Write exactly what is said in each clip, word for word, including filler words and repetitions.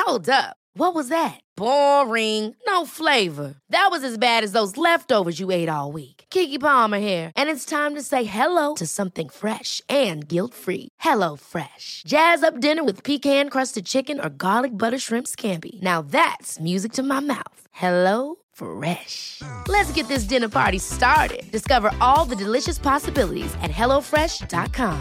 Hold up. What was that? Boring. No flavor. That was as bad as those leftovers you ate all week. Keke Palmer here, and it's time to say hello to something fresh and guilt-free. Hello Fresh. Jazz up dinner with pecan-crusted chicken or garlic butter shrimp scampi. Now that's music to my mouth. Hello Fresh. Let's get this dinner party started. Discover all the delicious possibilities at hello fresh dot com.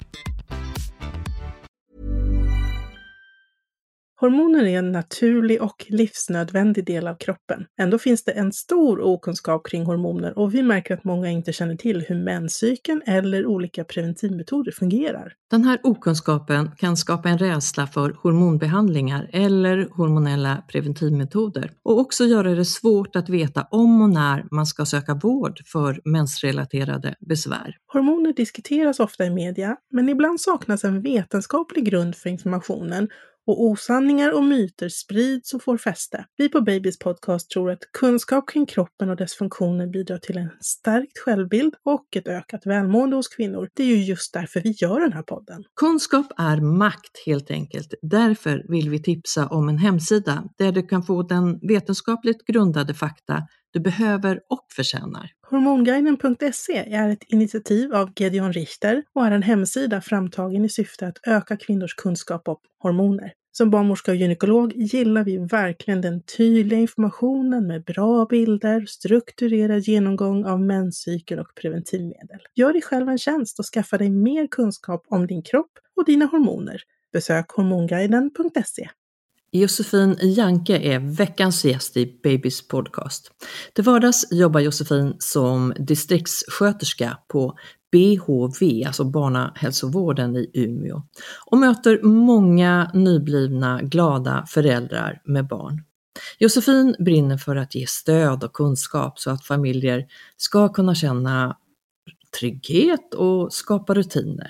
Hormoner är en naturlig och livsnödvändig del av kroppen. Ändå finns det en stor okunskap kring hormoner och vi märker att många inte känner till hur menscykeln eller olika preventivmetoder fungerar. Den här okunskapen kan skapa en rädsla för hormonbehandlingar eller hormonella preventivmetoder och också göra det svårt att veta om och när man ska söka vård för mensrelaterade besvär. Hormoner diskuteras ofta i media, men ibland saknas en vetenskaplig grund för informationen och osanningar och myter sprids och får fäste. Vi på Babys podcast tror att kunskap kring kroppen och dess funktioner bidrar till en stärkt självbild och ett ökat välmående hos kvinnor. Det är ju just därför vi gör den här podden. Kunskap är makt helt enkelt. Därför vill vi tipsa om en hemsida där du kan få den vetenskapligt grundade fakta du behöver och förtjänar. Hormonguiden punkt se är ett initiativ av Gedeon Richter och är en hemsida framtagen i syfte att öka kvinnors kunskap om hormoner. Som barnmorska och gynekolog gillar vi verkligen den tydliga informationen med bra bilder, strukturerad genomgång av menscykel och preventivmedel. Gör dig själv en tjänst och skaffa dig mer kunskap om din kropp och dina hormoner. Besök hormonguiden punkt se. Josefin Janke är veckans gäst i Babys podcast. Till vardags jobbar Josefin som distriktssköterska på B H V, alltså barnahälsovården i Umeå, och möter många nyblivna glada föräldrar med barn. Josefin brinner för att ge stöd och kunskap så att familjer ska kunna känna trygghet och skapa rutiner.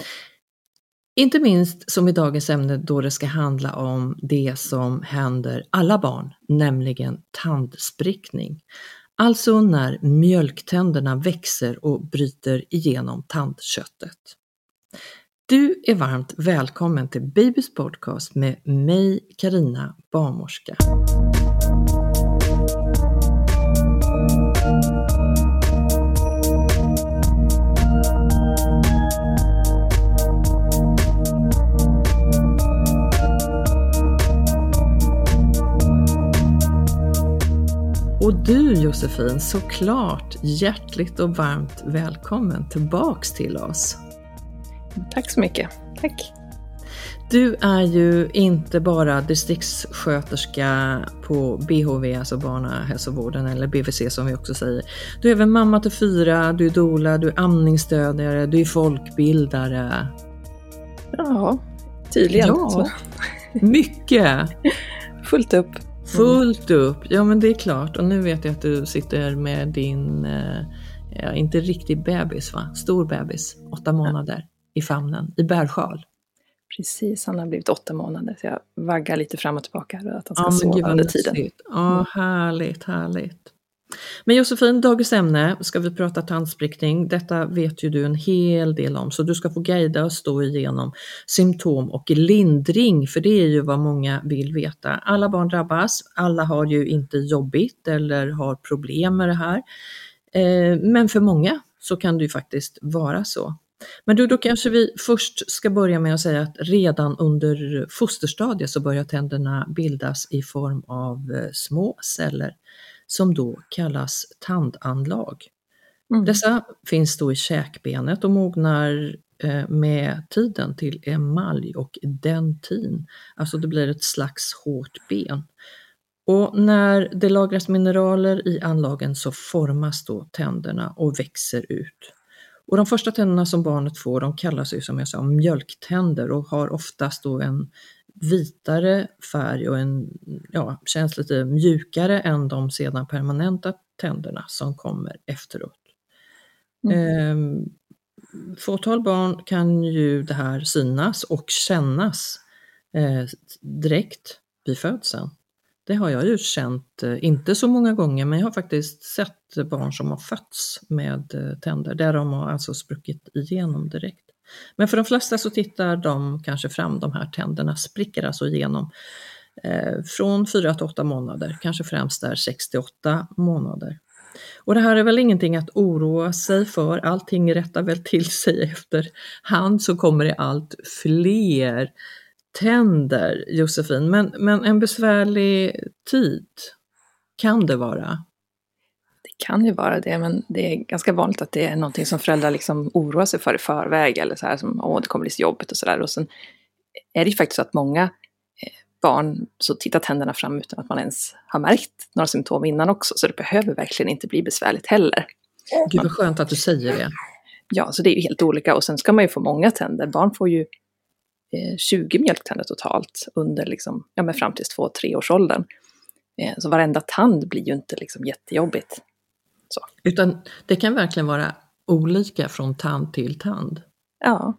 Inte minst som i dagens ämne då det ska handla om det som händer alla barn, nämligen tandsprickning. Alltså när mjölktänderna växer och bryter igenom tandköttet. Du är varmt välkommen till Babys podcast med mig, Carina, barnmorska. Och du Josefin, såklart hjärtligt och varmt välkommen tillbaks till oss. Tack så mycket, tack. Du är ju inte bara distriktssköterska på B H V, alltså barnahälsovården, eller B V C som vi också säger. Du är även mamma till fyra, du är doula, du är amningsstödjare, du är folkbildare. Ja, tydligen. Ja, så. Mycket. Fullt upp. Fullt upp, ja men det är klart. Och nu vet jag att du sitter med din, eh, ja, inte riktig bebis va? Stor bebis, åtta månader ja. I famnen, i bärsjal. Precis, han har blivit åtta månader så jag vaggar lite fram och tillbaka att han ska ja, sova under tiden. Ja, mm. härligt, härligt. Men Josefin, dagens ämne ska vi prata tandsprickning. Detta vet ju du en hel del om, så du ska få guida och stå igenom symptom och lindring, för det är ju vad många vill veta. Alla barn drabbas, alla har ju inte jobbigt eller har problem med det här. Men för många så kan det ju faktiskt vara så. Men du, då kanske vi först ska börja med att säga att redan under fosterstadiet så börjar tänderna bildas i form av små celler som då kallas tandanlag. Mm. Dessa finns då i käkbenet och mognar eh, med tiden till emalj och dentin. Alltså det blir ett slags hårt ben. Och när det lagras mineraler i anlagen så formas då tänderna och växer ut. Och de första tänderna som barnet får, de kallas ju som jag sa mjölktänder och har oftast då en vitare färg och en, ja, känns lite mjukare än de sedan permanenta tänderna som kommer efteråt. Mm. Ehm, fåtal barn kan ju det här synas och kännas eh, direkt vid födseln. Det har jag ju känt, eh, inte så många gånger, men jag har faktiskt sett barn som har fötts med eh, tänder där de har alltså spruckit igenom direkt. Men för de flesta så tittar de kanske fram, de här tänderna spricker alltså igenom eh, från fyra till åtta månader, kanske främst där sex till åtta månader. Och det här är väl ingenting att oroa sig för, allting rättar väl till sig efter hand, så kommer det allt fler tänder, Josefin. Men, men en besvärlig tid kan det vara? Det kan ju vara det, men det är ganska vanligt att det är någonting som föräldrar liksom oroar sig för i förväg, eller så här som, åh, det kommer bli så jobbigt och sådär. Och sen är det ju faktiskt så att många barn så tittar tänderna fram utan att man ens har märkt några symptom innan också, så det behöver verkligen inte bli besvärligt heller. Gud vad skönt att du säger det. Ja, så det är ju helt olika, och sen ska man ju få många tänder. Barn får ju eh, tjugo mjölktänder totalt under liksom, ja, men fram till två tre års åldern. Eh, så varenda tand blir ju inte liksom jättejobbigt. Så. Utan det kan verkligen vara olika från tand till tand. Ja.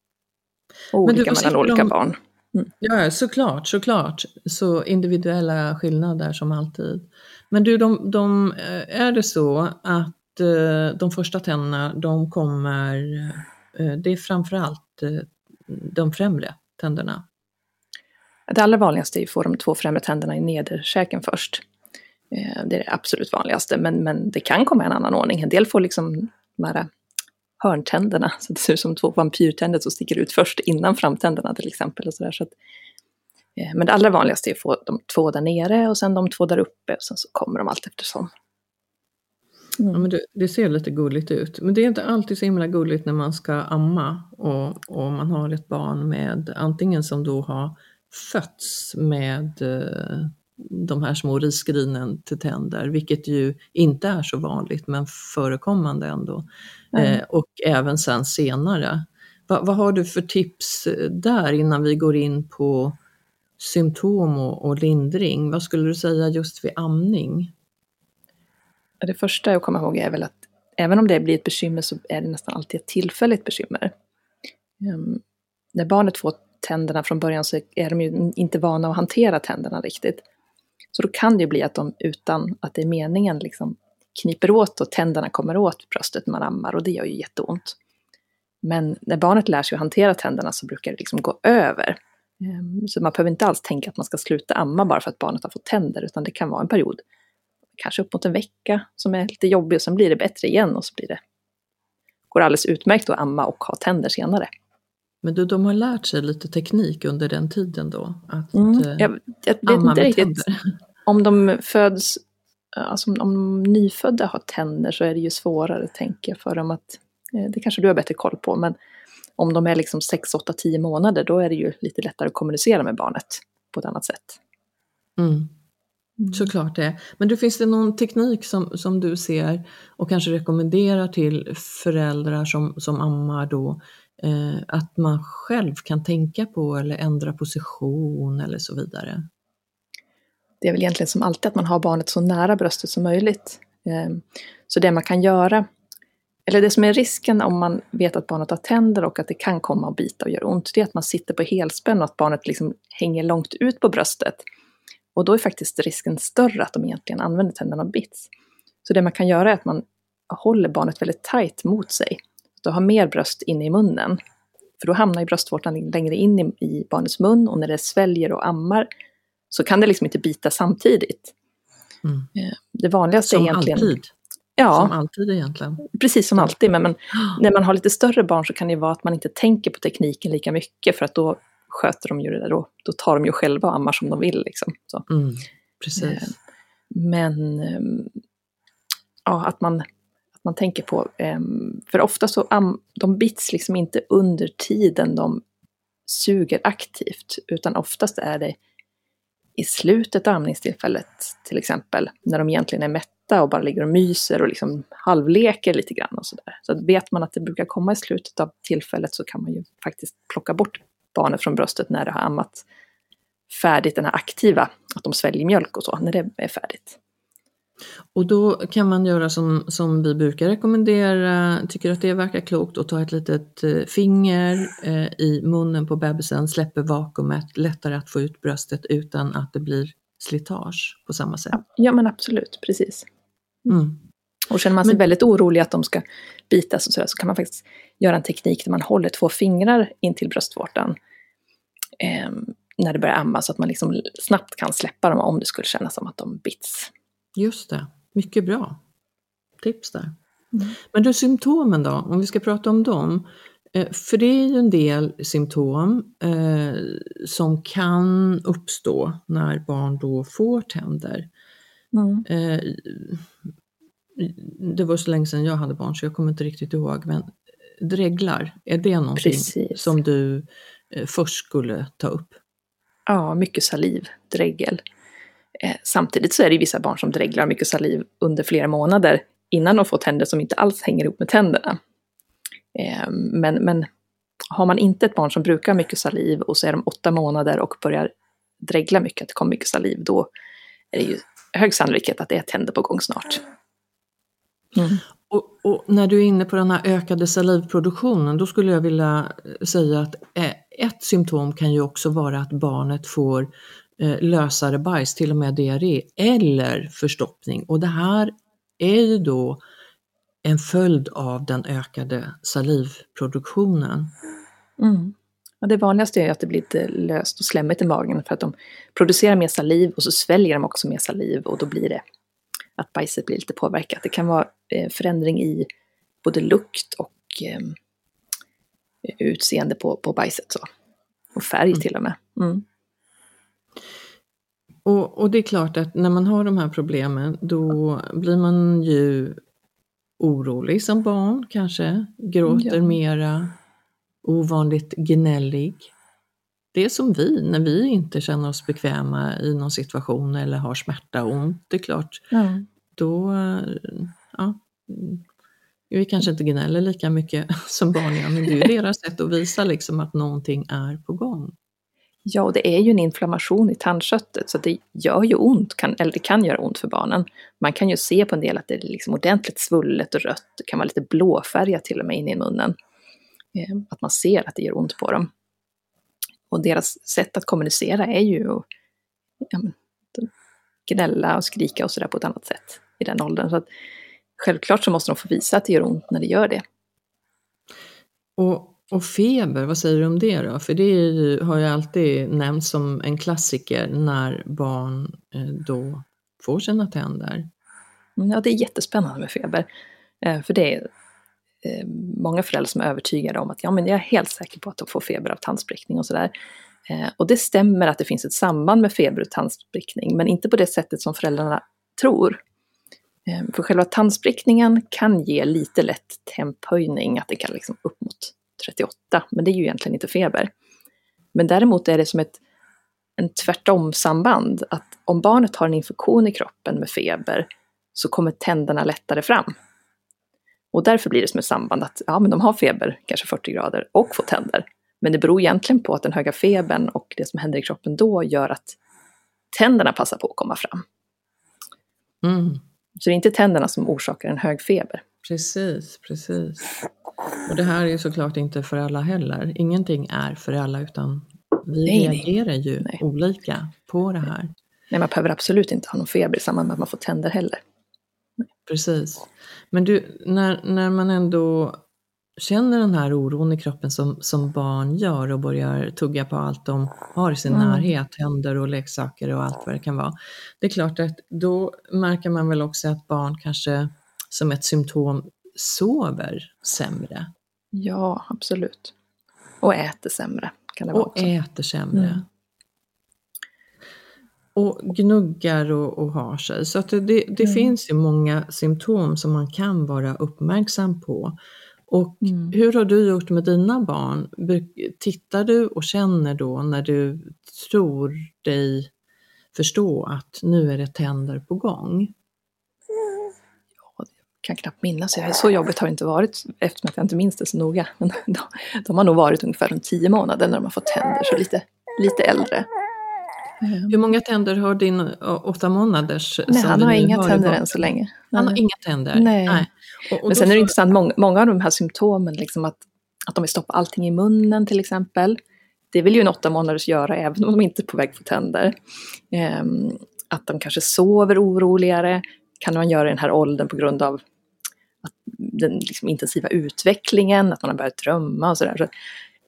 Olika mellan olika de... barn. Mm. Ja, såklart, såklart. Så individuella skillnader som alltid. Men du, de, de, är det så att de första tänderna, de kommer, det är framförallt de främre tänderna? Det allra vanligaste är att få de två främre tänderna i nederkäken först. Det är det absolut vanligaste, men, men det kan komma en annan ordning. En del får liksom de här hörntänderna, så det ser ut som två vampyrtänder som sticker ut först innan framtänderna till exempel. Och så där, så att, eh, men det allra vanligaste är att få de två där nere och sen de två där uppe, och sen så kommer de allt eftersom. Mm. Ja, men det, det ser lite gulligt ut, men det är inte alltid så himla gulligt när man ska amma och, och man har ett barn med antingen som då har fötts med eh, de här små risgrinen till tänder, vilket ju inte är så vanligt men förekommande ändå. Mm. Eh, och även sen senare. Va, vad har du för tips där innan vi går in på symptom och, och lindring? Vad skulle du säga just vid amning? Det första jag kommer ihåg är väl att även om det blir ett bekymmer så är det nästan alltid ett tillfälligt bekymmer. Um, när barnet får tänderna från början så är de ju inte vana att hantera tänderna riktigt. Så då kan det ju bli att de utan att det är meningen liksom kniper åt och tänderna kommer åt bröstet när man ammar, och det gör ju jätteont. Men när barnet lär sig att hantera tänderna så brukar det liksom gå över. Så man behöver inte alls tänka att man ska sluta amma bara för att barnet har fått tänder, utan det kan vara en period, kanske upp mot en vecka, som är lite jobbig, och sen blir det bättre igen och så blir det, går alldeles utmärkt att amma och ha tänder senare. Men du, de har lärt sig lite teknik under den tiden då? Att mm, jag, jag vet inte riktigt om de föds, alltså om, om nyfödda har tänder så är det ju svårare, tänker jag, för dem att, det kanske du har bättre koll på, men om de är liksom sex, åtta, tio månader, då är det ju lite lättare att kommunicera med barnet på ett annat sätt. Mm. Mm. Såklart det. Men du, finns det någon teknik som, som du ser och kanske rekommenderar till föräldrar som, som ammar då, eh, att man själv kan tänka på eller ändra position eller så vidare? Det är väl egentligen som alltid att man har barnet så nära bröstet som möjligt. Eh, så det man kan göra, eller det som är risken om man vet att barnet har tänder och att det kan komma och bita och göra ont, det är att man sitter på helspänn och att barnet liksom hänger långt ut på bröstet. Och då är faktiskt risken större att de egentligen använder tänderna och bits. Så det man kan göra är att man håller barnet väldigt tajt mot sig. Då har mer bröst inne i munnen. För då hamnar ju bröstvårtan längre in i, i barnets mun, och när det sväljer och ammar så kan det liksom inte bita samtidigt. Mm. Det vanligaste som är egentligen... Alltid. Ja, som alltid egentligen. Precis som alltid, men, men när man har lite större barn så kan det vara att man inte tänker på tekniken lika mycket, för att då sköter de ju det där, då, då tar de ju själva och ammar som de vill. Liksom. Så. Mm, precis. Men ja, att man, att man tänker på, för ofta så am, de bits liksom inte under tiden de suger aktivt, utan oftast är det i slutet av amningstillfället till exempel, när de egentligen är mätta och bara ligger och myser och liksom halvleker lite grann och sådär. Så att vet man att det brukar komma i slutet av tillfället så kan man ju faktiskt plocka bort barnet från bröstet när det har ammat färdigt, den här aktiva, att de sväljer mjölk och så, när det är färdigt. Och då kan man göra som, som vi brukar rekommendera, tycker att det verkar klokt, att ta ett litet finger eh, i munnen på bebisen, släpper vakuumet, lättare att få ut bröstet utan att det blir slitage på samma sätt. Ja, men absolut, precis. Mm. Och känner man sig men, väldigt orolig att de ska bitas och så, där, så kan man faktiskt göra en teknik där man håller två fingrar in till bröstvårtan. Eh, när det börjar amma, så att man liksom snabbt kan släppa dem om det skulle kännas som att de bits. Just det, mycket bra tips där. Mm. Men du, symptomen då, om vi ska prata om dem. För det är ju en del symptom eh, som kan uppstå när barn då får tänder. Mm. Eh, det var så länge sedan jag hade barn så jag kommer inte riktigt ihåg, men dreglar, är det någonting Precis. som du eh, först skulle ta upp? Ja, mycket saliv, dregel. Eh, samtidigt så är det vissa barn som dreglar mycket saliv under flera månader innan de får tänder som inte alls hänger ihop med tänderna. Eh, men, men har man inte ett barn som brukar mycket saliv och så är de åtta månader och börjar dregla mycket, att det kommer mycket saliv, då är det ju hög sannolikhet att det är tänder på gång snart. Mm. Och, och när du är inne på den här ökade salivproduktionen, då skulle jag vilja säga att ett symptom kan ju också vara att barnet får eh, lösare bajs, till och med diarré eller förstoppning. Och det här är ju då en följd av den ökade salivproduktionen. Mm. Ja, det vanligaste är att det blir lite löst och slämmigt i magen för att de producerar mer saliv och så sväljer de också mer saliv och då blir det att bajset blir lite påverkat. Det kan vara eh, förändring i både lukt och eh, utseende på, på bajset. Så. Och färg mm. till och med. Mm. Och, och det är klart att när man har de här problemen då blir man ju orolig som barn kanske. Gråter ja. mera, ovanligt gnällig. Det är som vi, när vi inte känner oss bekväma i någon situation eller har smärta och ont, det är klart. Mm. Då, ja, vi kanske inte gnäller lika mycket som barn gör, men det är ju deras sätt att visa liksom att någonting är på gång. Ja, och det är ju en inflammation i tandköttet så det gör ju ont, kan, eller det kan göra ont för barnen. Man kan ju se på en del att det är liksom ordentligt svullet och rött, det kan vara lite blåfärgat till och med in i munnen. Att man ser att det gör ont på dem. Och deras sätt att kommunicera är ju att ja, gnälla och skrika och sådär på ett annat sätt i den åldern. Så att självklart så måste de få visa att det gör ont när det gör det. Och, och feber, vad säger du om det då? För det är ju, har ju alltid nämnts som en klassiker när barn eh, då får sina tänder. Ja, det är jättespännande med feber. Eh, för det är eh, många föräldrar som är övertygade om att ja, men jag är helt säker på att de får feber av tandsprickning och sådär. Eh, och det stämmer att det finns ett samband med feber och tandsprickning, men inte på det sättet som föräldrarna tror. Eh, för själva tandsprickningen kan ge lite lätt temphöjning, att det kan liksom upp mot trettioåtta, men det är ju egentligen inte feber. Men däremot är det som ett en tvärtom samband, att om barnet har en infektion i kroppen med feber så kommer tänderna lättare fram. Och därför blir det som ett samband att ja, men de har feber, kanske fyrtio grader, och får tänder. Men det beror egentligen på att den höga febern och det som händer i kroppen då gör att tänderna passar på att komma fram. Mm. Så det är inte tänderna som orsakar en hög feber. Precis, precis. Och det här är ju såklart inte för alla heller. Ingenting är för alla, utan vi nej, reagerar nej. ju nej. olika på det här. Nej, man behöver absolut inte ha någon feber i samband med att man får tänder heller. Nej. Precis. Men du, när, när man ändå känner den här oron i kroppen som, som barn gör och börjar tugga på allt de har i sin mm. närhet, händer och leksaker och allt vad det kan vara. Det är klart att då märker man väl också att barn kanske som ett symptom sover sämre. Ja, absolut. Och äter sämre kan det vara och också. äter sämre. Mm. Och gnuggar och, och har sig. Så att det, det mm. finns ju många symptom som man kan vara uppmärksam på. Och mm. hur har du gjort med dina barn? Tittar du och känner då när du tror dig förstå att nu är det tänder på gång? Ja, jag kan knappt minnas. Så jobbigt har det inte varit eftersom att jag inte minns det så noga. Men de, de har nog varit ungefär runt tio månader när de har fått tänder, så lite, lite äldre. Hur många tänder har din åtta månaders? Nej, han har inga tänder än så länge. Han har inga tänder? Nej. Nej. Och, och men sen är det så... intressant, många, många av de här symptomen, liksom att, att de vill stoppa allting i munnen till exempel. Det vill ju en åtta månaders göra även om de inte är på väg för tänder. Ehm, att de kanske sover oroligare kan man göra i den här åldern på grund av att den liksom intensiva utvecklingen, att man har börjat drömma och sådär. Så,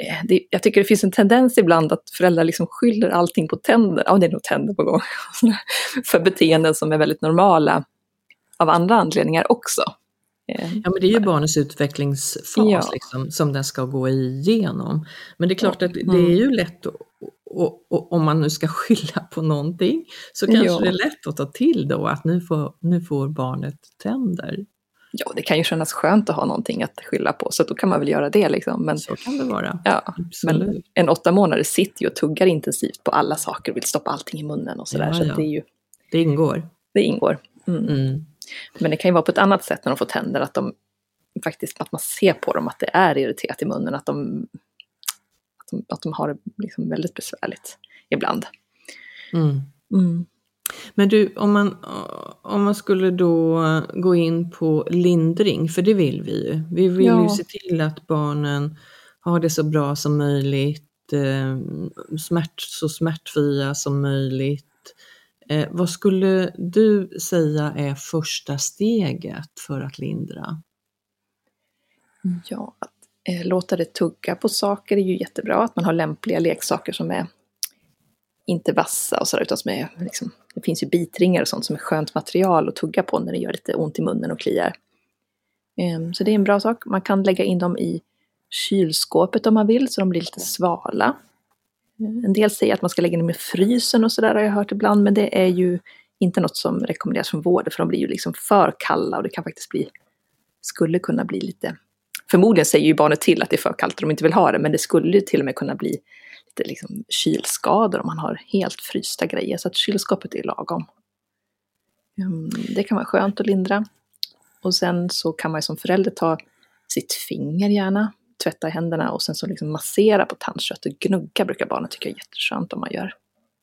det, jag tycker det finns en tendens ibland att föräldrar liksom skyller allting på tänder. Ja, det är nog tänder på gång. För beteenden som är väldigt normala av andra anledningar också. Ja, men det är ju barnets utvecklingsfas Ja. liksom, som den ska gå igenom. Men det är klart Ja. att det är ju lätt att, och, och, om man nu ska skylla på någonting, så kanske Ja. det är lätt att ta till då att nu får, nu får barnet tänder. Ja, det kan ju kännas skönt att ha någonting att skylla på, så då kan man väl göra det liksom. Men, Så kan det vara. ja, Absolut. men en åtta månader sitter ju och tuggar intensivt på alla saker och vill stoppa allting i munnen och sådär. Ja, Så ja. att det är ju, Det ingår. det ingår. Mm. Mm. Men det kan ju vara på ett annat sätt när de får tänder, att de faktiskt, att man ser på dem att det är irriterat i munnen, att de, att de, att de har det liksom väldigt besvärligt ibland. Mm. Mm. Men du, om man, om man skulle då gå in på lindring, för det vill vi ju. Vi vill Ja. ju se till att barnen har det så bra som möjligt, eh, smärt, så smärtfria som möjligt. Eh, vad skulle du säga är första steget för att lindra? Ja, att eh, låta det tugga på saker är ju jättebra. Att man har lämpliga leksaker som är inte vassa och sådär, utan som är liksom, det finns ju bitringar och sånt som är skönt material att tugga på när det gör lite ont i munnen och kliar. Um, så det är en bra sak. Man kan lägga in dem i kylskåpet om man vill, så de blir lite svala. Um, en del säger att man ska lägga dem i frysen och sådär, har jag hört ibland, men det är ju inte något som rekommenderas från vården, för de blir ju liksom för kalla och det kan faktiskt bli, skulle kunna bli lite, förmodligen säger ju barnet till att det är för kallt och de inte vill ha det, men det skulle ju till och med kunna bli lite liksom kylskador om man har helt frysta grejer, så att kylskåpet är lagom. Um, det kan vara skönt att lindra. Och sen så kan man ju som förälder ta sitt finger gärna, tvätta i händerna och sen så liksom massera på tandkött och gnugga, brukar barnen tycka är jätteskönt om man gör.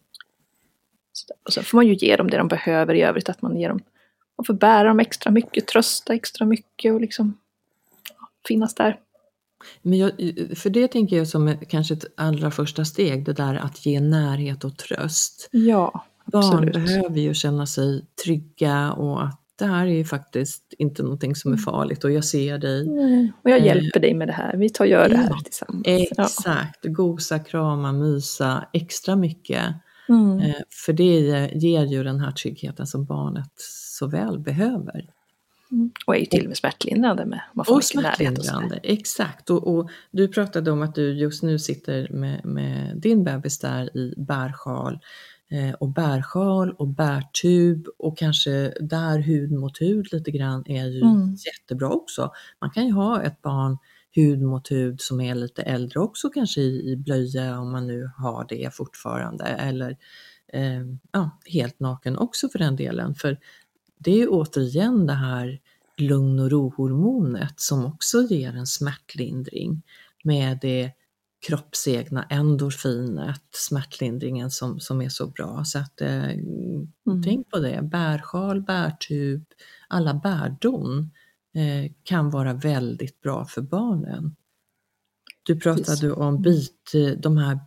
Så, och sen får man ju ge dem det de behöver i övrigt, att man ger dem, man får bära dem extra mycket, trösta extra mycket och liksom ja, finnas där. Men jag, för det tänker jag som kanske ett allra första steg, det där att ge närhet och tröst. Ja, absolut. Barn behöver ju känna sig trygga och att det här är ju faktiskt inte någonting som är farligt och jag ser dig. Nej. Och jag hjälper eh, dig med det här, vi tar och gör det här ja, tillsammans. Exakt, ja. Gosa, krama, mysa extra mycket. Mm. Eh, för det ger ju den här tryggheten som barnet så väl behöver. Mm. Och är ju till och med smärtlindrande med. Man får och mycket smärtlindrande, och exakt. Och, och du pratade om att du just nu sitter med, med din bebis där i bärsjal. Eh, och bärsjal och bärtub och kanske där hud mot hud lite grann är ju mm. jättebra också. Man kan ju ha ett barn hud mot hud som är lite äldre också, kanske i, i blöja om man nu har det fortfarande. Eller eh, ja, helt naken också för den delen. För det är ju återigen det här lugn- och rohormonet som också ger en smärtlindring med det kroppsegna endorfinet, smärtlindringen som, som är så bra. Så att eh, mm. tänk på det, bärsjal, bärtub, alla bärdon eh, kan vara väldigt bra för barnen. Du pratade Precis. om bit, de här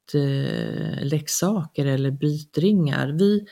bitleksaker eller bitringar. Vi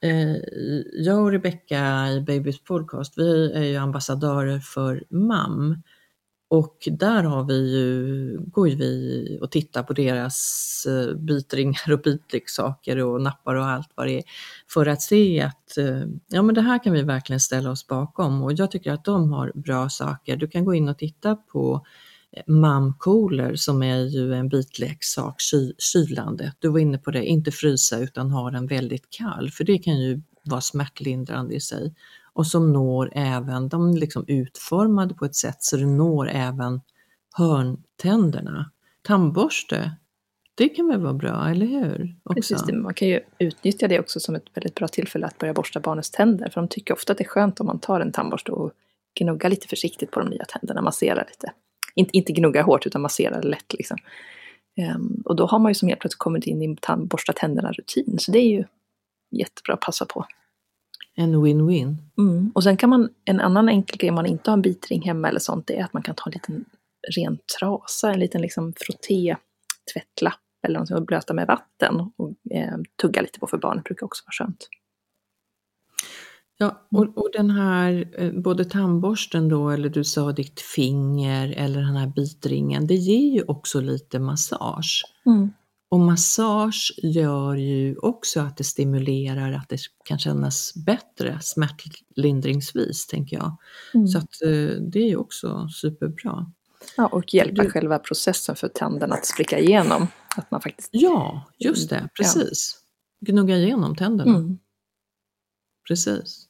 Jag och Rebecca i Babys podcast, vi är ju ambassadörer för M A M och där har vi ju, går vi och tittar på deras bitringar och bitleksaker och nappar och allt vad det är för att se att ja, men det här kan vi verkligen ställa oss bakom och jag tycker att de har bra saker. Du kan gå in och titta på M A M Cooler som är ju en bitleksak, ky- kylande. Du var inne på det, inte frysa utan ha den väldigt kall, för det kan ju vara smärtlindrande i sig. Och som når även, de är liksom utformade på ett sätt så det når även hörntänderna. Tandborste, det kan väl vara bra, eller hur? Också. Precis, det, man kan ju utnyttja det också som ett väldigt bra tillfälle att börja borsta barnens tänder, för de tycker ofta att det är skönt om man tar en tandborste och gnuggar lite försiktigt på de nya tänderna, masserar lite. Inte, inte gnugga hårt utan massera lätt liksom. Um, och då har man ju som helt plötsligt kommit in i en borsta tänderna rutin. Så det är ju jättebra att passa på. En win-win. Mm. Och sen kan man, en annan enkel grej om man inte har en bitring hemma eller sånt, det är att man kan ta en liten ren trasa, en liten liksom frotté-tvättlapp eller något och blöta med vatten och eh, tugga lite på för barnet brukar också vara skönt. Ja, och, och den här, eh, både tandborsten då, eller du sa ditt finger, eller den här bitringen, det ger ju också lite massage. Mm. Och massage gör ju också att det stimulerar, att det kan kännas bättre smärtlindringsvis, tänker jag. Mm. Så att eh, det är ju också superbra. Ja, och hjälpa Du- själva processen för tänderna att spricka igenom. Att man faktiskt... Ja, just det, precis. Gnugga igenom tänderna. Mm. Precis.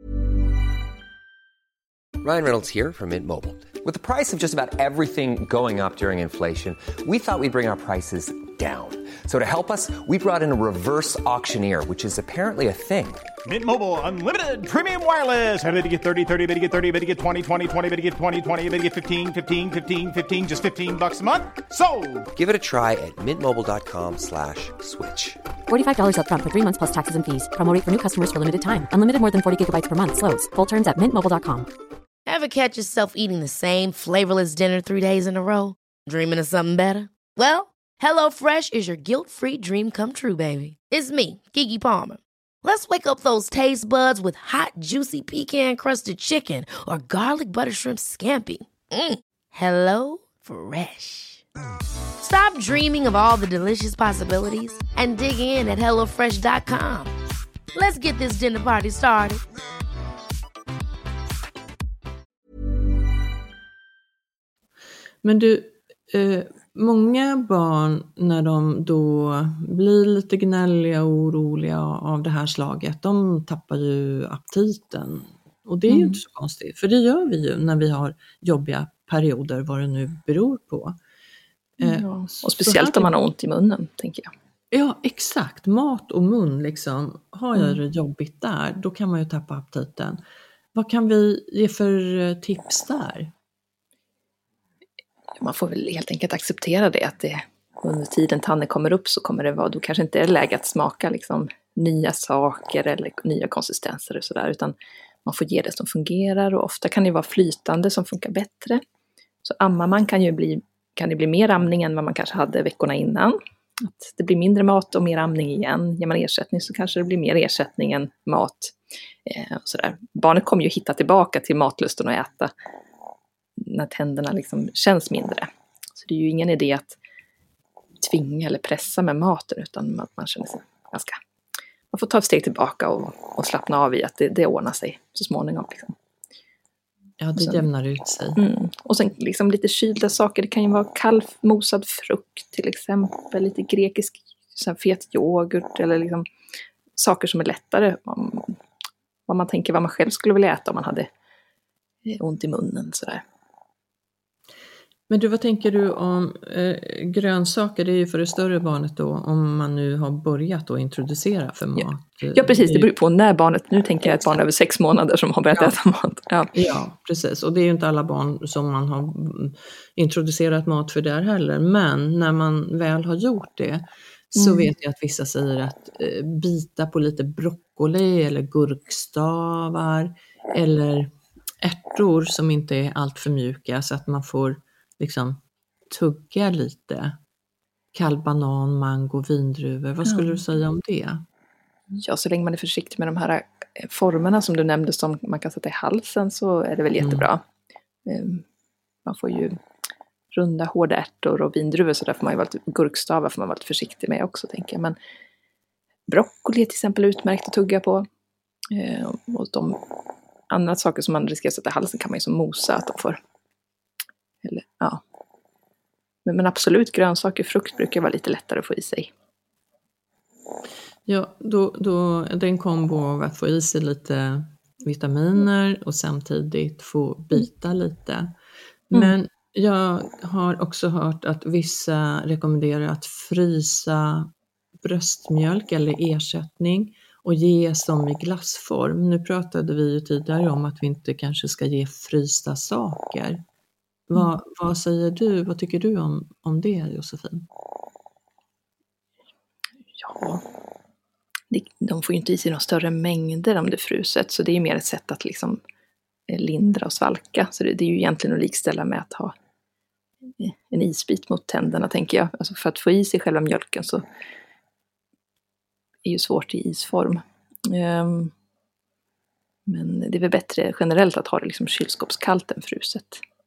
Ryan Reynolds here from Mint Mobile. With the price of just about everything going up during inflation, we thought we'd bring our prices down. So to help us, we brought in a reverse auctioneer, which is apparently a thing. Mint Mobile Unlimited Premium Wireless. Ready to get thirty, thirty, bit to get thirty, bit to get twenty, twenty, twenty, bit to get twenty, twenty, bit to get fifteen, fifteen, fifteen, fifteen, just fifteen bucks a month? Sold! Give it a try at mintmobile.com slash switch. forty-five dollars up front for three months plus taxes and fees. Promo rate for new customers for limited time. Unlimited more than forty gigabytes per month slows. Full terms at mint mobile dot com. Ever catch yourself eating the same flavorless dinner three days in a row? Dreaming of something better? Well, HelloFresh is your guilt-free dream come true, baby. It's me, Keke Palmer. Let's wake up those taste buds with hot, juicy pecan-crusted chicken or garlic butter shrimp scampi. Mm. Hello Fresh. Stop dreaming of all the delicious possibilities and dig in at hello fresh dot com. Let's get this dinner party started. Men du, eh, många barn när de då blir lite gnälliga och oroliga av det här slaget, de tappar ju aptiten. Och det är ju Mm. inte så konstigt, för det gör vi ju när vi har jobbiga perioder, vad det nu beror på. Eh, Ja. så Och speciellt här- om man har ont i munnen, tänker jag. Ja, exakt. Mat och mun liksom. Har jag Mm. det jobbigt där, då kan man ju tappa aptiten. Vad kan vi ge för eh, tips där? Man får väl helt enkelt acceptera det, att det under tiden tanden kommer upp så kommer det vara, då kanske inte är läge att smaka liksom nya saker eller nya konsistenser och sådär, utan man får ge det som fungerar, och ofta kan det vara flytande som funkar bättre. Så ammar man kan ju bli, kan det bli mer amning än vad man kanske hade veckorna innan. Att det blir mindre mat och mer amning igen. Ger man ersättning så kanske det blir mer ersättning än mat. Eh, och sådär. Barnet kommer ju hitta tillbaka till matlusten och äta när tänderna liksom känns mindre. Så det är ju ingen idé att tvinga eller pressa med maten, utan att man känner sig ganska... Man får ta ett steg tillbaka och, och slappna av i att det, det ordnar sig så småningom. Liksom. Ja, det sen- jämnar ut sig. Mm. Och sen liksom lite kylda saker. Det kan ju vara kall mosad frukt till exempel. Lite grekisk så här, fet yoghurt. Eller liksom saker som är lättare. Om, vad man tänker vad man själv skulle vilja äta om man hade ont i munnen. Sådär. Men du, vad tänker du om eh, grönsaker? Det är ju för det större barnet då, om man nu har börjat då introducera för mat. Ja, precis. Det beror på när barnet... Nu tänker jag ett barn över sex månader som har börjat Ja. äta mat. Ja. Ja, precis. Och det är ju inte alla barn som man har mm, introducerat mat för där heller. Men när man väl har gjort det så Mm. vet jag att vissa säger att eh, bita på lite broccoli eller gurkstavar eller ärtor som inte är allt för mjuka, så att man får liksom tugga lite. Kall banan, mango, vindruvor. Vad skulle Ja. du säga om det? Ja, så länge man är försiktig med de här eh, formerna som du nämnde som man kan sätta i halsen, så är det väl jättebra. Mm. Man får ju runda hårda ärtor och vindruvor, så där får man ju vara lite, gurkstavar får man vara lite försiktig med också, tänker jag. Men broccoli är till exempel utmärkt att tugga på. Eh, och de andra saker som man riskerar att sätta i halsen kan man ju som mosa att de får. Eller, ja. men, men absolut, grönsaker, frukt brukar vara lite lättare att få i sig. Ja, då, då, det är en kombo av att få i sig lite vitaminer och samtidigt få bita lite. Men jag har också hört att vissa rekommenderar att frysa bröstmjölk eller ersättning och ge som i glassform. Nu pratade vi ju tidigare om att vi inte kanske ska ge frysta saker. Vad, vad säger du? Vad tycker du om, om det, Josefin? Ja, det- de får ju inte i sig några större mängder om det är fruset, så det är ju mer ett sätt att liksom eh, lindra och svalka. Så det, det är ju egentligen att likställa med att ha eh, en isbit mot tänderna, tänker jag. Alltså för att få i sig själva mjölken så är ju svårt i isform. Ehm, Men det är väl bättre generellt att ha det liksom kylskåpskallt än fruset.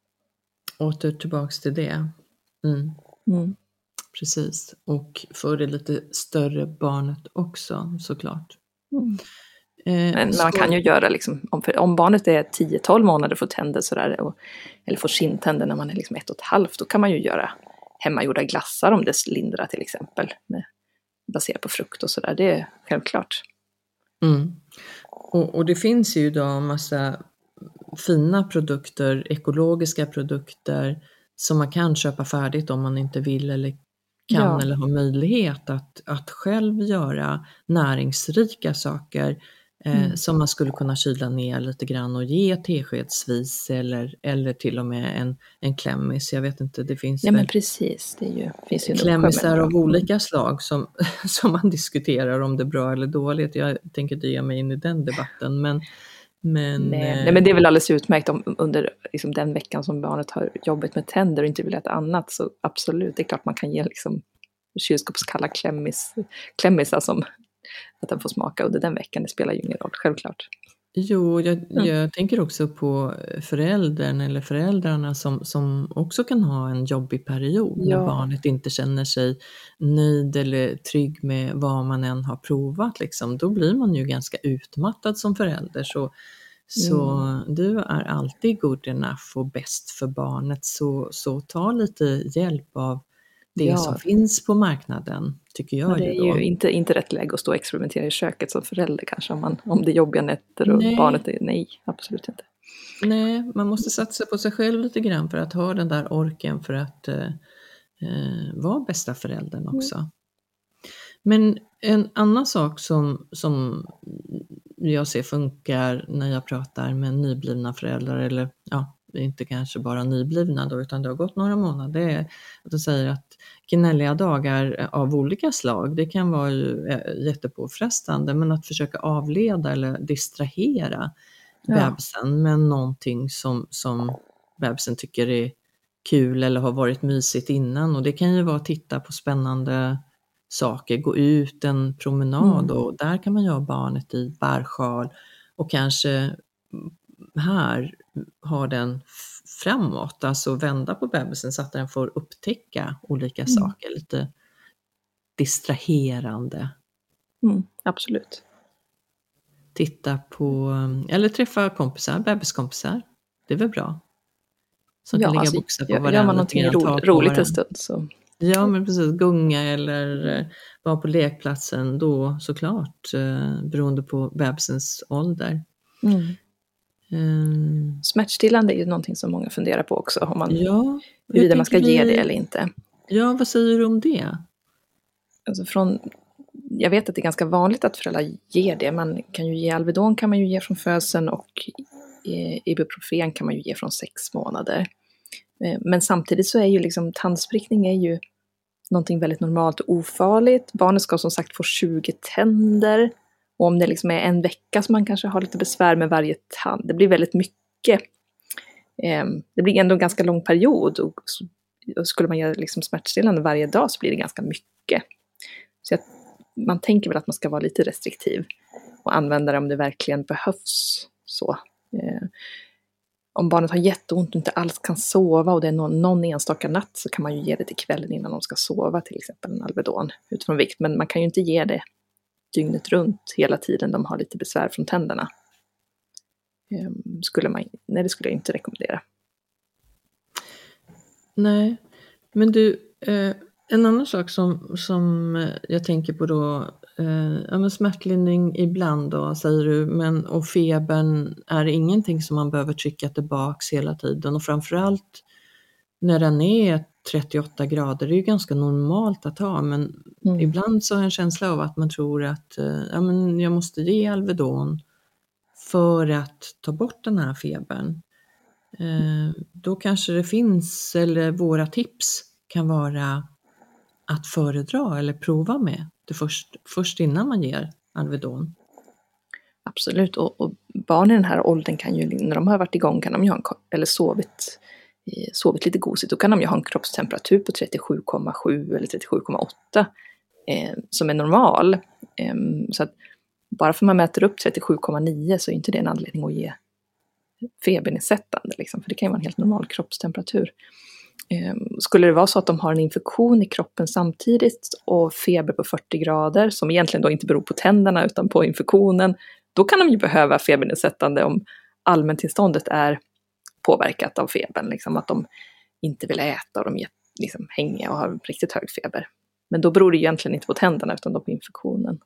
Åter tillbaks till det. Mm. Mm. Precis. Och för det lite större barnet också, såklart. Mm. Eh, Men ska... man kan ju göra liksom, om, om barnet är tio tolv månader och får tänder sådär, och, eller får kindtänder när man är liksom ett och ett halvt, då kan man ju göra hemmagjorda glassar om det lindrar till exempel, med, baserat på frukt och sådär, det är självklart. Mm. Och, och det finns ju idag en massa fina produkter, ekologiska produkter som man kan köpa färdigt om man inte vill eller kan Ja. eller har möjlighet att, att själv göra näringsrika saker eh, Mm. som man skulle kunna kyla ner lite grann och ge teskedsvis eller, eller till och med en, en klämmis. Jag vet inte, det finns Ja väl men precis, det är ju, finns ju en klämmisar uppsjö med av bra. olika slag som, som man diskuterar om det är bra eller dåligt. Jag tänker inte ge mig in i den debatten, men Men, Nej, eh, nej, men det är väl alldeles utmärkt om under liksom, den veckan som barnet har jobbat med tänder och inte vill äta annat, så absolut, det är klart man kan ge liksom, kylskåpskalla klämmis, klämmisar som att den får smaka under den veckan, det spelar ju ingen roll, självklart. Jo, jag, Mm. jag tänker också på föräldern eller föräldrarna som, som också kan ha en jobbig period Ja. när barnet inte känner sig nöjd eller trygg med vad man än har provat. Liksom. Då blir man ju ganska utmattad som förälder. Så, så du är alltid good enough och bäst för barnet. Så, så ta lite hjälp av det Ja. som finns på marknaden, tycker jag. Ja, det är ju då. ju inte, inte rätt läge att stå och experimentera i köket som förälder kanske, om, man, om det är jobbiga nätter och Nej. barnet är, nej, absolut inte. Nej, man måste satsa på sig själv lite grann för att ha den där orken för att eh, eh, vara bästa föräldern också. Mm. Men en annan sak som, som jag ser funkar när jag pratar med nyblivna föräldrar, eller ja, inte kanske bara nyblivna då, utan det har gått några månader, det är att de säger att gnälliga dagar av olika slag, det kan vara ju jättepåfrestande, men att försöka avleda eller distrahera Ja. bebisen med någonting som, som bebisen tycker är kul eller har varit mysigt innan, och det kan ju vara att titta på spännande saker, gå ut en promenad Mm. och där kan man göra barnet i bärsjal och kanske här har den framåt, alltså vända på bebisen så att den får upptäcka olika Mm. saker, lite distraherande. Mm, absolut. Titta på, eller träffa kompisar, bebiskompisar, det är väl bra. Som Ja, kan ligga alltså, boxar på gör, varandra. gör man någonting lite grann, ro, ta på roligt varandra. en stund så... Ja, men precis, gunga eller eh, vara på lekplatsen då, såklart, eh, beroende på bebisens ålder. Mm. Um, Smärtstillande är ju någonting som många funderar på också, om man, ja, huruvida man ska tänker ge vi- det eller inte. Ja, vad säger du om det? Alltså från, jag vet att det är ganska vanligt att föräldrar ger det. Man kan ju ge Alvedon kan man ju ge från födseln, och eh, Ibuprofen kan man ju ge från sex månader. Eh, men samtidigt så är ju liksom tandsprickning är ju någonting väldigt normalt och ofarligt. Barnet ska som sagt få tjugo tänder. Och om det liksom är en vecka som man kanske har lite besvär med varje tand, det blir väldigt mycket. Eh, det blir ändå en ganska lång period, och, så, och skulle man göra liksom smärtstillande varje dag så blir det ganska mycket. Så att man tänker väl att man ska vara lite restriktiv och använda det om det verkligen behövs. Så. Eh, om barnet har jätteont och inte alls kan sova och det är någon, någon enstaka natt, så kan man ju ge det till kvällen innan de ska sova, till exempel en Alvedon utifrån vikt. Men man kan ju inte ge det dygnet runt hela tiden de har lite besvär från tänderna. Eh, skulle man, nej, det skulle jag inte rekommendera. Nej, men du, eh, en annan sak som, som eh, jag tänker på då, eh, ja, men smärtlindring ibland då, säger du, men och febern är ingenting som man behöver trycka tillbaks hela tiden, och framförallt när den är trettioåtta grader, det är ju ganska normalt att ha, men Mm. ibland så har jag en känsla av att man tror att eh, ja, men jag måste ge Alvedon för att ta bort den här febern. Eh, då kanske det finns, eller våra tips kan vara att föredra eller prova med det först, först innan man ger Alvedon. Absolut, och, och barn i den här åldern kan ju, när de har varit igång, kan de ju ha en, ko- eller sovit, eh, sovit lite gosigt, då kan de ju ha en kroppstemperatur på trettiosju komma sju eller trettiosju komma åtta eh, som är normal. Eh, så att Bara för att man mäter upp trettiosju komma nio så är inte det en anledning att ge febernedsättande. Liksom, för det kan ju vara en helt normal kroppstemperatur. Skulle det vara så att de har en infektion i kroppen samtidigt och feber på fyrtio grader som egentligen då inte beror på tänderna utan på infektionen, då kan de ju behöva febernedsättande om allmäntillståndet är påverkat av febern. Liksom, att de inte vill äta och de är liksom hängiga och har riktigt hög feber. Men då beror det egentligen inte på tänderna utan då på infektionen.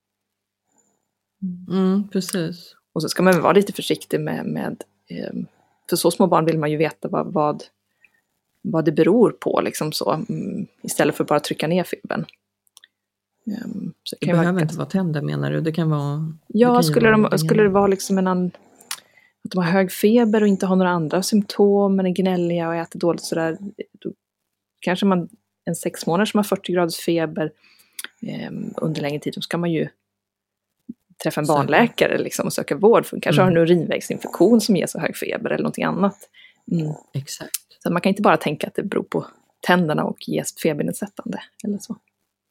Mm, precis. Och så ska man vara lite försiktig med, med för så små barn vill man ju veta vad, vad, vad det beror på liksom så, istället för att bara trycka ner febern. Så det, det behöver vara, inte vara tänder menar du? Det kan vara... Ja, det kan skulle, vara de, skulle det vara liksom en annan, att de har hög feber och inte har några andra symptom men är gnälliga och äter dåligt sådär, då kanske man en sex månader som har fyrtio graders feber eh, under längre tid, då ska man ju träffa en barnläkare liksom, och söka vård. För kanske mm. har en urinvägsinfektion som ger så hög feber eller någonting annat. Mm. Exakt. Så man kan inte bara tänka att det beror på tänderna och ges febernedsättande eller så.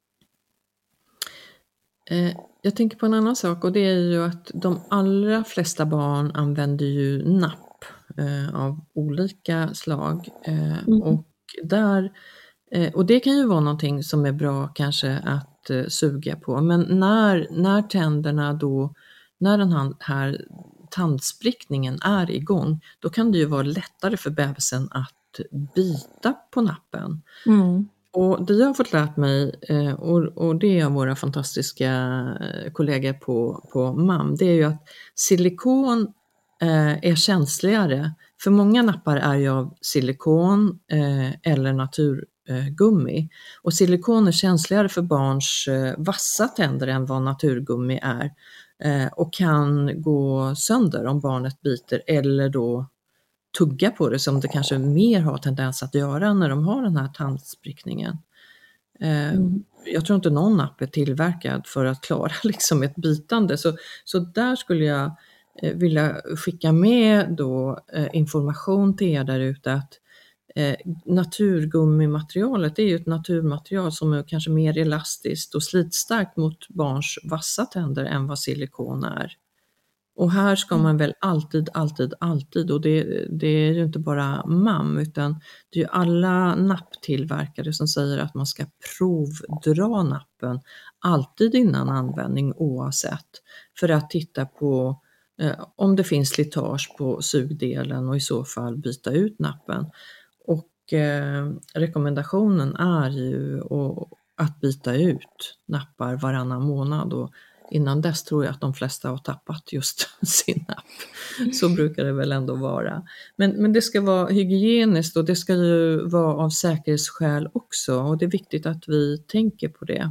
Eh, jag tänker på en annan sak och det är ju att de allra flesta barn använder ju napp eh, av olika slag. Eh, mm. Och där och det kan ju vara någonting som är bra kanske att uh, suga på. Men när, när tänderna då, när den här tandsprickningen är igång, då kan det ju vara lättare för bebisen att bita på nappen. Mm. Och det jag har fått lärt mig, uh, och, och det är våra fantastiska kollegor på, på M A M, det är ju att silikon uh, är känsligare. För många nappar är ju av silikon uh, eller natur gummi. Och silikon är känsligare för barns vassa tänder än vad naturgummi är och kan gå sönder om barnet biter eller då tugga på det som det kanske mer har tendens att göra när de har den här tandsprickningen. Mm. Jag tror inte någon napp är tillverkad för att klara liksom ett bitande, så, så där skulle jag vilja skicka med då information till er där ute att Eh, naturgummimaterialet är ju ett naturmaterial som är kanske mer elastiskt och slitstarkt mot barns vassa tänder än vad silikon är. Och här ska man väl alltid, alltid, alltid, och det, det är ju inte bara M A M utan det är ju alla napptillverkare som säger att man ska provdra nappen alltid innan användning oavsett, för att titta på eh, om det finns slitage på sugdelen och i så fall byta ut nappen. Och eh, rekommendationen är ju att, att byta ut nappar varannan månad, och innan dess tror jag att de flesta har tappat just sin napp. Så brukar det väl ändå vara. Men, men det ska vara hygieniskt och det ska ju vara av säkerhetsskäl också, och det är viktigt att vi tänker på det.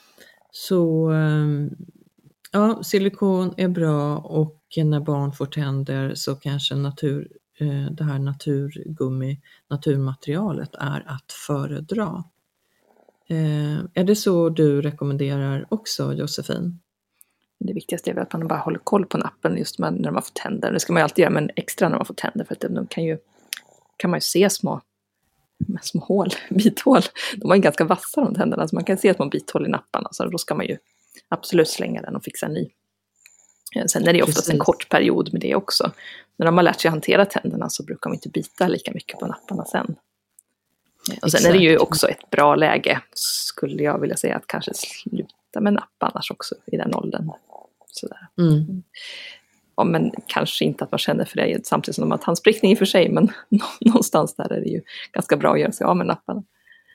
Så eh, ja, silikon är bra, och när barn får tänder så kanske natur det här naturgummi, naturmaterialet är att föredra. Eh, är det så du rekommenderar också, Josefin? Det viktigaste är väl att man bara håller koll på nappen just när man får tänder. Det ska man ju alltid göra, men extra när man får tänder, för att de kan ju kan man ju se små, små hål, bithål. De är ganska vassa de tänderna, så man kan se små bithål i napparna, så då ska man ju absolut slänga den och fixa en ny. Sen är det oftast Precis. en kort period med det också. När de har lärt sig hantera tänderna så brukar de inte bita lika mycket på napparna sen. Och sen Exakt. är det ju också ett bra läge, skulle jag vilja säga, att kanske sluta med napp annars också i den åldern. Sådär. Mm. Ja, men kanske inte att man känner för det samtidigt som de har tandsprickning i för sig, men någonstans där är det ju ganska bra att göra sig av med napparna.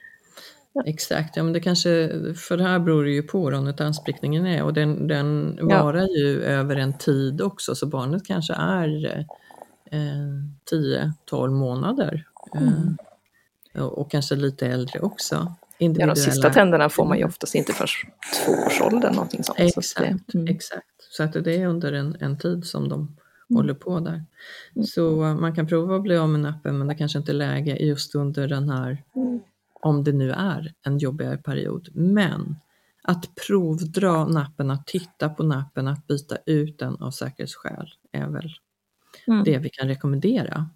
Exakt, ja men det kanske, för det här beror ju på hur tandsprickningen är, och den, den varar ja. ju över en tid också, så barnet kanske är eh, tio tolv månader mm. eh, och kanske lite äldre också. Ja, de sista tänderna får man ju oftast inte för tvåårsåldern, någonting sånt. Exakt, så det, mm. exakt. Så att det är under en, en tid som de mm. håller på där. Mm. Så man kan prova att bli av med nappen, men det kanske inte är läge just under den här mm. om det nu är en jobbigare period. Men att provdra nappen, att titta på nappen, att byta ut den av säkerhetsskäl är väl mm. det vi kan rekommendera.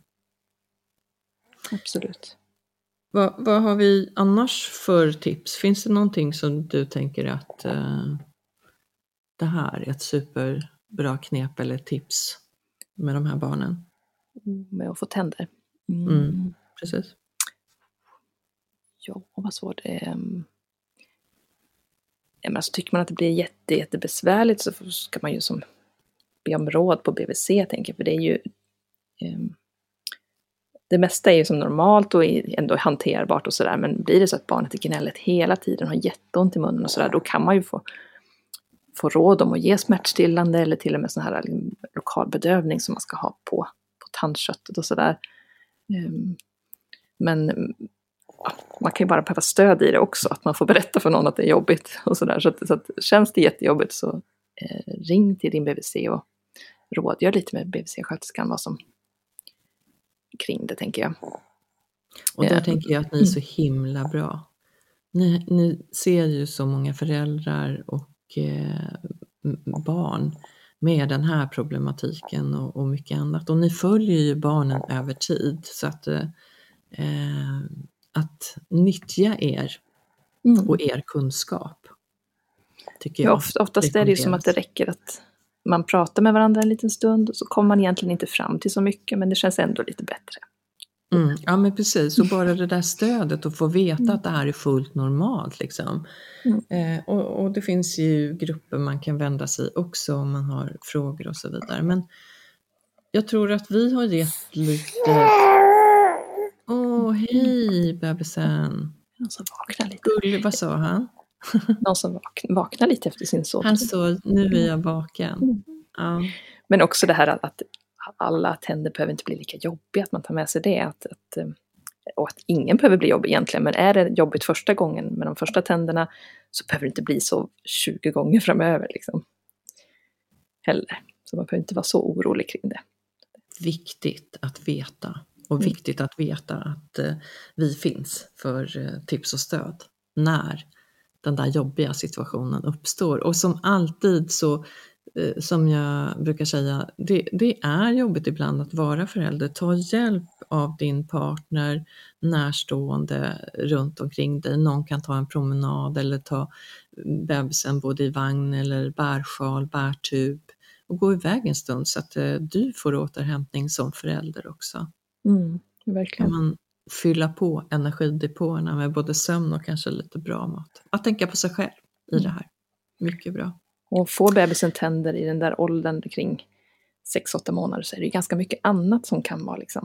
Absolut. Vad, vad har vi annars för tips? Finns det någonting som du tänker att uh, det här är ett superbra knep eller tips med de här barnen. Med att få tänder. Mm. Mm, precis. Ja, vad svårt det är. Ja, men alltså, tycker man att det blir jätte, jättebesvärligt så ska man ju som be om råd på B V C, tänker jag. För det är ju... Um, det mesta är ju som normalt och ändå hanterbart och sådär. Men blir det så att barnet är gnälligt hela tiden, har jätteont i munnen och sådär, då kan man ju få, få råd om att ge smärtstillande eller till och med sån här lokal bedövning som man ska ha på, på tandköttet och sådär. Um, men ja, man kan ju bara behöva stöd i det också, att man får berätta för någon att det är jobbigt och sådär. Så att, så att känns det jättejobbigt så eh, ring till din B V C och rådgör lite med B V C-sköterskan vad som kring det, tänker jag. Och där eh, tänker jag att ni är så himla bra. Ni, ni ser ju så många föräldrar och eh, barn med den här problematiken och, och mycket annat. Och ni följer ju barnen över tid, så att eh, att nyttja er mm. och er kunskap, tycker ja, jag. oft, oftast är det ju som att det räcker att man pratar med varandra en liten stund och så kommer man egentligen inte fram till så mycket, men det känns ändå lite bättre. Mm, ja, men precis. Och bara det där stödet och få veta mm. att det här är fullt normalt liksom. Mm. Eh, och, och det finns ju grupper man kan vända sig också om man har frågor och så vidare. Men jag tror att vi har gett lite... Åh, oh, hej bebisen. Någon som vaknar lite. Gulle, vad sa han? Någon som vaknar, vaknar lite efter sin sovning. Han sa, nu är jag vaken. Mm. Ja. Men också det här att, att alla tänder behöver inte bli lika jobbiga, att man tar med sig det. Att, att, och att ingen behöver bli jobbig egentligen, men är det jobbigt första gången med de första tänderna så behöver det inte bli så tjugo gånger framöver liksom. Heller. Så man behöver inte vara så orolig kring det. Viktigt att veta. Och mm. viktigt att veta att eh, vi finns för eh, tips och stöd när den där jobbiga situationen uppstår. Och som alltid så, eh, som jag brukar säga, det, det är jobbigt ibland att vara förälder. Ta hjälp av din partner, närstående runt omkring dig. Någon kan ta en promenad eller ta bebisen både i vagn eller bärsjal, bärtub. Och gå iväg en stund så att eh, du får återhämtning som förälder också. Mm, verkligen. Kan man fylla på energidepåerna med både sömn och kanske lite bra mat. Att tänka på sig själv i mm. det här. Mycket bra. Och får bebisen tänder i den där åldern kring sex åtta månader så är det ju ganska mycket annat som kan vara liksom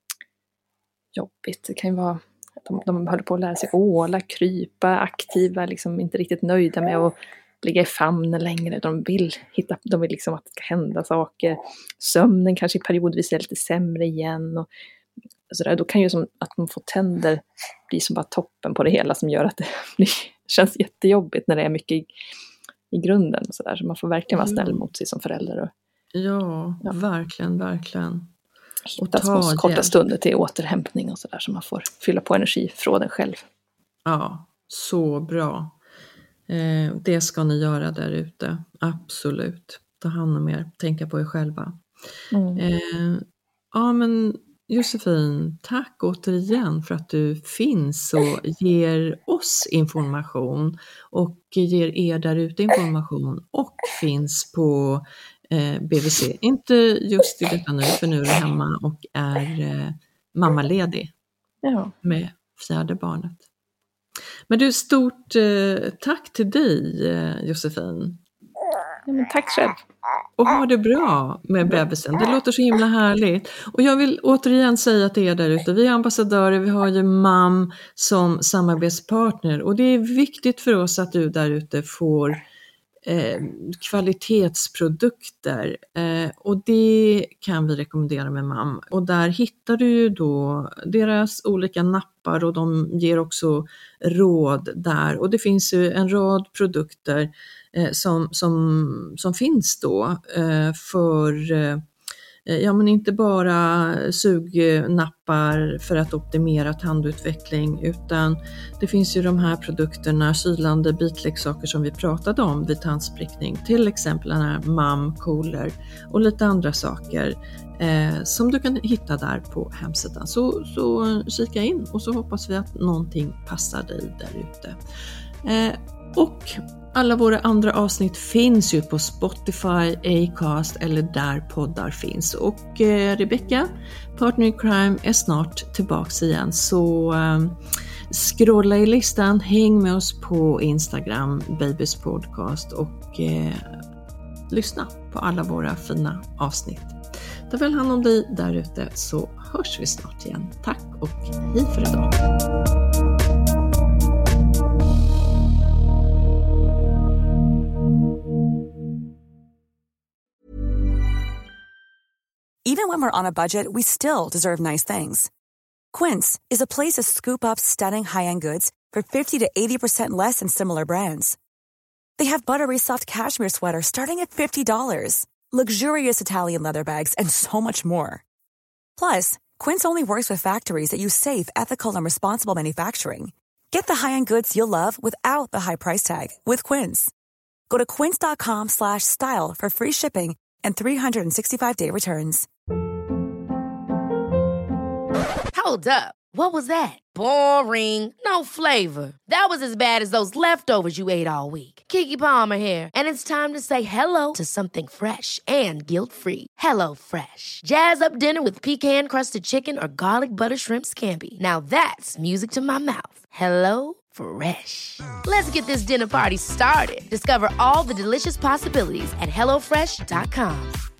jobbigt. Det kan ju vara att de, de håller på att lära sig åla, krypa, aktiva, liksom inte riktigt nöjda med att ligga i famnen längre. De vill hitta, de vill liksom att det ska hända saker. Sömnen kanske periodvis är lite sämre igen. Och så där. Då kan ju som att man får tänder bli som bara toppen på det hela som gör att det blir, känns jättejobbigt när det är mycket i, i grunden. Och så, där. Så man får verkligen vara snäll mot sig som förälder. Och, ja, ja, verkligen, verkligen. Hitta små korta stunder till återhämtning och sådär så man får fylla på energifråden själv. Ja, så bra. Eh, det ska ni göra där ute. Absolut. Ta hand om er. Tänka på er själva. Mm. Eh, ja, men Josefin, tack återigen för att du finns och ger oss information och ger er där ute information och finns på eh, B V C. Inte just i detta nu, för nu är du hemma och är eh, mammaledig ja. med fjärde barnet. Men du, stort eh, tack till dig eh, Josefin. Ja, men tack själv. Och ha det bra med bebisen. Det låter så himla härligt. Och jag vill återigen säga till er där ute. Vi är ambassadörer, vi har ju M A M som samarbetspartner. Och det är viktigt för oss att du där ute får eh, kvalitetsprodukter. Eh, och det kan vi rekommendera med M A M. Och där hittar du ju då deras olika nappar och de ger också råd där. Och det finns ju en rad produkter Som, som, som finns då eh, för eh, ja, men inte bara sugnappar för att optimera tandutveckling, utan det finns ju de här produkterna, kylande bitleksaker som vi pratade om vid tandsprickning, till exempel den här M A M Cooler och lite andra saker eh, som du kan hitta där på hemsidan. Så, så kika in och så hoppas vi att någonting passar dig där ute. Eh, Och alla våra andra avsnitt finns ju på Spotify, Acast eller där poddar finns. Och eh, Rebecca, Partner in Crime, är snart tillbaks igen. Så eh, scrolla i listan, häng med oss på Instagram, Babys podcast och eh, lyssna på alla våra fina avsnitt. Ta väl hand om dig där ute så hörs vi snart igen. Tack och hej för idag. Even when we're on a budget, we still deserve nice things. Quince is a place to scoop up stunning high-end goods for fifty to eighty percent less than similar brands. They have buttery soft cashmere sweaters starting at fifty dollars, luxurious Italian leather bags, and so much more. Plus, Quince only works with factories that use safe, ethical, and responsible manufacturing. Get the high-end goods you'll love without the high price tag with Quince. Go to quince.com slash style for free shipping and three sixty-five day returns. Hold up. What was that? Boring. No flavor. That was as bad as those leftovers you ate all week. Keke Palmer here, and it's time to say hello to something fresh and guilt-free. Hello Fresh. Jazz up dinner with pecan-crusted chicken or garlic butter shrimp scampi. Now that's music to my mouth. Hello Fresh. Let's get this dinner party started. Discover all the delicious possibilities at hello fresh dot com.